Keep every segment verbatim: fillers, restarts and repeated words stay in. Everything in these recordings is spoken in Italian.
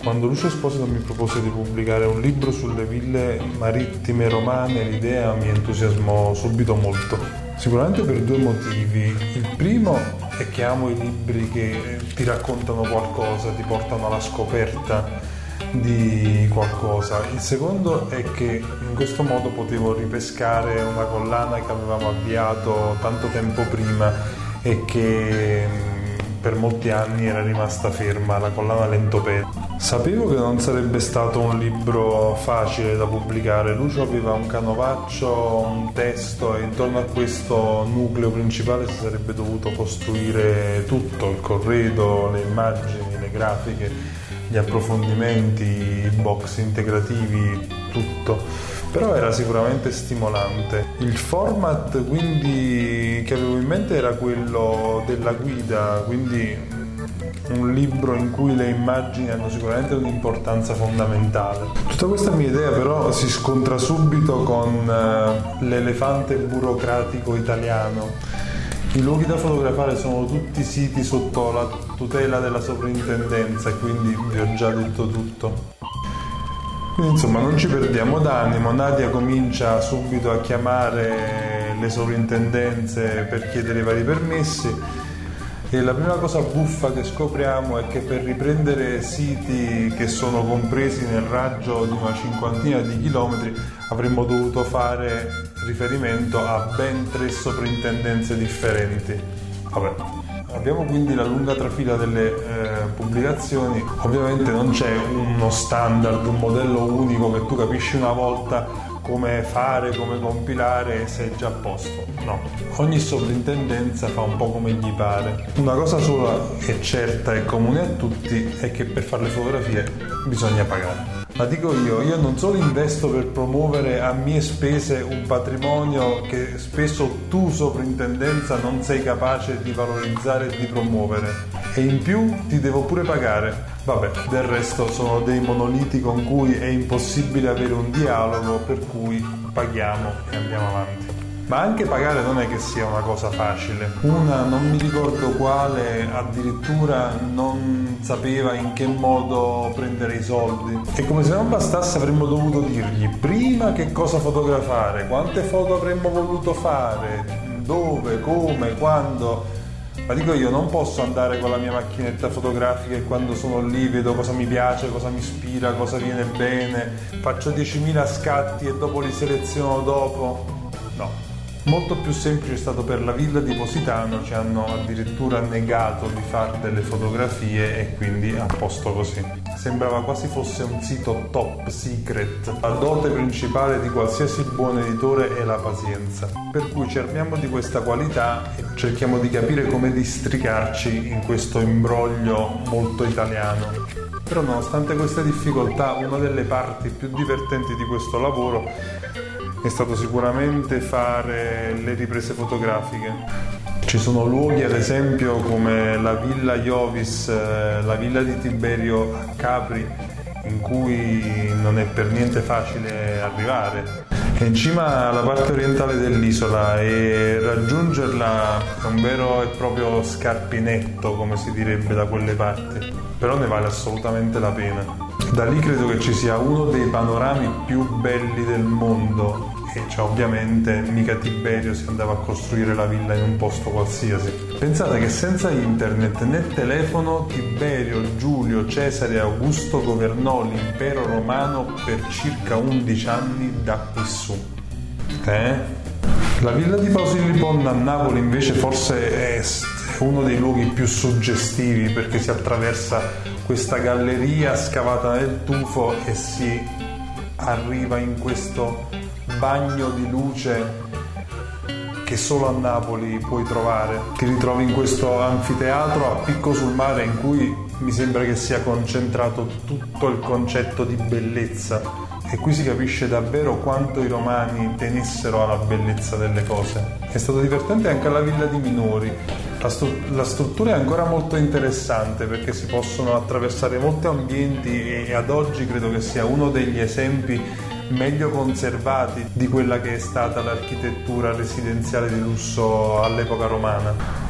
Quando Lucio Esposito mi propose di pubblicare un libro sulle ville marittime romane, l'idea mi entusiasmò subito molto. Sicuramente per due motivi. Il primo è che amo i libri che ti raccontano qualcosa, ti portano alla scoperta di qualcosa. Il secondo è che in questo modo potevo ripescare una collana che avevamo avviato tanto tempo prima e che per molti anni era rimasta ferma, la collana Lentopede. Sapevo che non sarebbe stato un libro facile da pubblicare. Lucio aveva un canovaccio, un testo e intorno a questo nucleo principale si sarebbe dovuto costruire tutto, il corredo, le immagini, le grafiche, gli approfondimenti, i box integrativi, tutto. Però era sicuramente stimolante. Il format quindi che avevo in mente era quello della guida, quindi un libro in cui le immagini hanno sicuramente un'importanza fondamentale. Tutta questa mia idea però si scontra subito con uh, l'elefante burocratico italiano. I luoghi da fotografare sono tutti siti sotto la tutela della sovrintendenza e quindi vi ho già detto tutto. Quindi insomma non ci perdiamo d'animo, Nadia comincia subito a chiamare le sovrintendenze per chiedere i vari permessi e la prima cosa buffa che scopriamo è che per riprendere siti che sono compresi nel raggio di una cinquantina di chilometri avremmo dovuto fare riferimento a ben tre sovrintendenze differenti. Vabbè. Abbiamo quindi la lunga trafila delle eh, pubblicazioni. Ovviamente non c'è uno standard, un modello unico che tu capisci una volta come fare, come compilare e sei già a posto. No, ogni sovrintendenza fa un po' come gli pare. Una cosa sola è certa e comune a tutti è che per fare le fotografie bisogna pagare. Ma dico io, io non solo investo per promuovere a mie spese un patrimonio che spesso tu sovrintendenza non sei capace di valorizzare e di promuovere, e in più ti devo pure pagare. Vabbè, del resto sono dei monoliti con cui è impossibile avere un dialogo, per cui paghiamo e andiamo avanti. Ma anche pagare non è che sia una cosa facile. Una, non mi ricordo quale, addirittura non sapeva in che modo prendere i soldi. E come se non bastasse avremmo dovuto dirgli prima che cosa fotografare, quante foto avremmo voluto fare, dove, come, quando. Ma dico io, non posso andare con la mia macchinetta fotografica e quando sono lì vedo cosa mi piace, cosa mi ispira, cosa viene bene, faccio diecimila scatti e dopo li seleziono dopo. No. Molto più semplice è stato per la villa di Positano, ci hanno addirittura negato di fare delle fotografie e quindi a posto così. Sembrava quasi fosse un sito top secret. La dote principale di qualsiasi buon editore è la pazienza, per cui ci armiamo di questa qualità e cerchiamo di capire come districarci in questo imbroglio molto italiano. Però nonostante queste difficoltà, una delle parti più divertenti di questo lavoro è stato sicuramente fare le riprese fotografiche. Ci sono luoghi, ad esempio, come la Villa Iovis, la villa di Tiberio a Capri, in cui non è per niente facile arrivare. È in cima alla parte orientale dell'isola e raggiungerla è un vero e proprio scarpinetto, come si direbbe da quelle parti, però ne vale assolutamente la pena. Da lì credo che ci sia uno dei panorami più belli del mondo e cioè ovviamente mica Tiberio si andava a costruire la villa in un posto qualsiasi. Pensate che senza internet né telefono Tiberio, Giulio, Cesare Augusto governò l'impero romano per circa undici anni da qui su. Eh? La villa di Pausilipon a Napoli invece forse è uno dei luoghi più suggestivi perché si attraversa questa galleria scavata nel tufo e si arriva in questo bagno di luce che solo a Napoli puoi trovare. Ti ritrovi in questo anfiteatro a picco sul mare in cui mi sembra che sia concentrato tutto il concetto di bellezza e qui si capisce davvero quanto i romani tenessero alla bellezza delle cose. È stato divertente anche alla Villa di Minori. La, stru- la struttura è ancora molto interessante perché si possono attraversare molti ambienti e, e ad oggi credo che sia uno degli esempi meglio conservati di quella che è stata l'architettura residenziale di lusso all'epoca romana.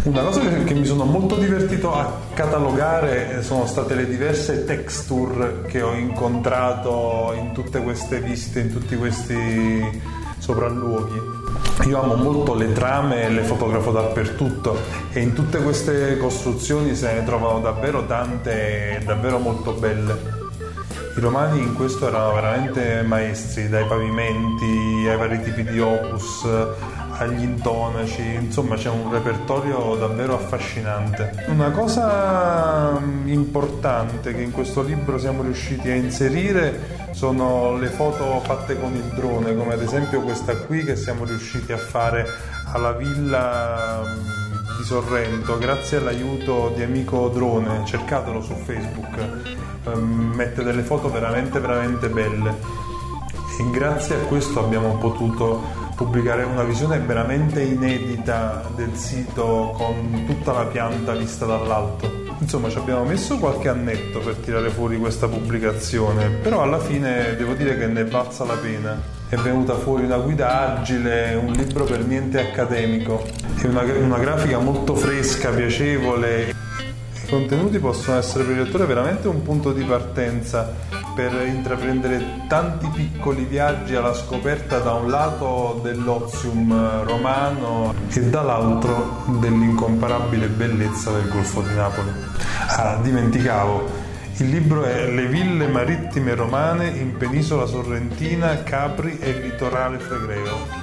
Una cosa che, che mi sono molto divertito a catalogare sono state le diverse texture che ho incontrato in tutte queste visite, in tutti questi sopralluoghi. Io amo molto le trame e le fotografo dappertutto, e in tutte queste costruzioni se ne trovano davvero tante, davvero molto belle. I romani in questo erano veramente maestri, dai pavimenti ai vari tipi di opus, agli intonaci, insomma c'è un repertorio davvero affascinante. Una cosa importante che in questo libro siamo riusciti a inserire sono le foto fatte con il drone, come ad esempio questa qui che siamo riusciti a fare alla villa di Sorrento grazie all'aiuto di Amico Drone. Cercatelo su Facebook, mette delle foto veramente veramente belle, e grazie a questo abbiamo potuto pubblicare una visione veramente inedita del sito con tutta la pianta vista dall'alto. Insomma, ci abbiamo messo qualche annetto per tirare fuori questa pubblicazione, però alla fine devo dire che ne è valsa la pena. È venuta fuori una guida agile, un libro per niente accademico, è una, una grafica molto fresca, piacevole. I contenuti possono essere per il lettore veramente un punto di partenza per intraprendere tanti piccoli viaggi alla scoperta da un lato dell'ozium romano e dall'altro dell'incomparabile bellezza del Golfo di Napoli. Ah, dimenticavo, il libro è Le ville marittime romane in penisola sorrentina, Capri e litorale flegreo.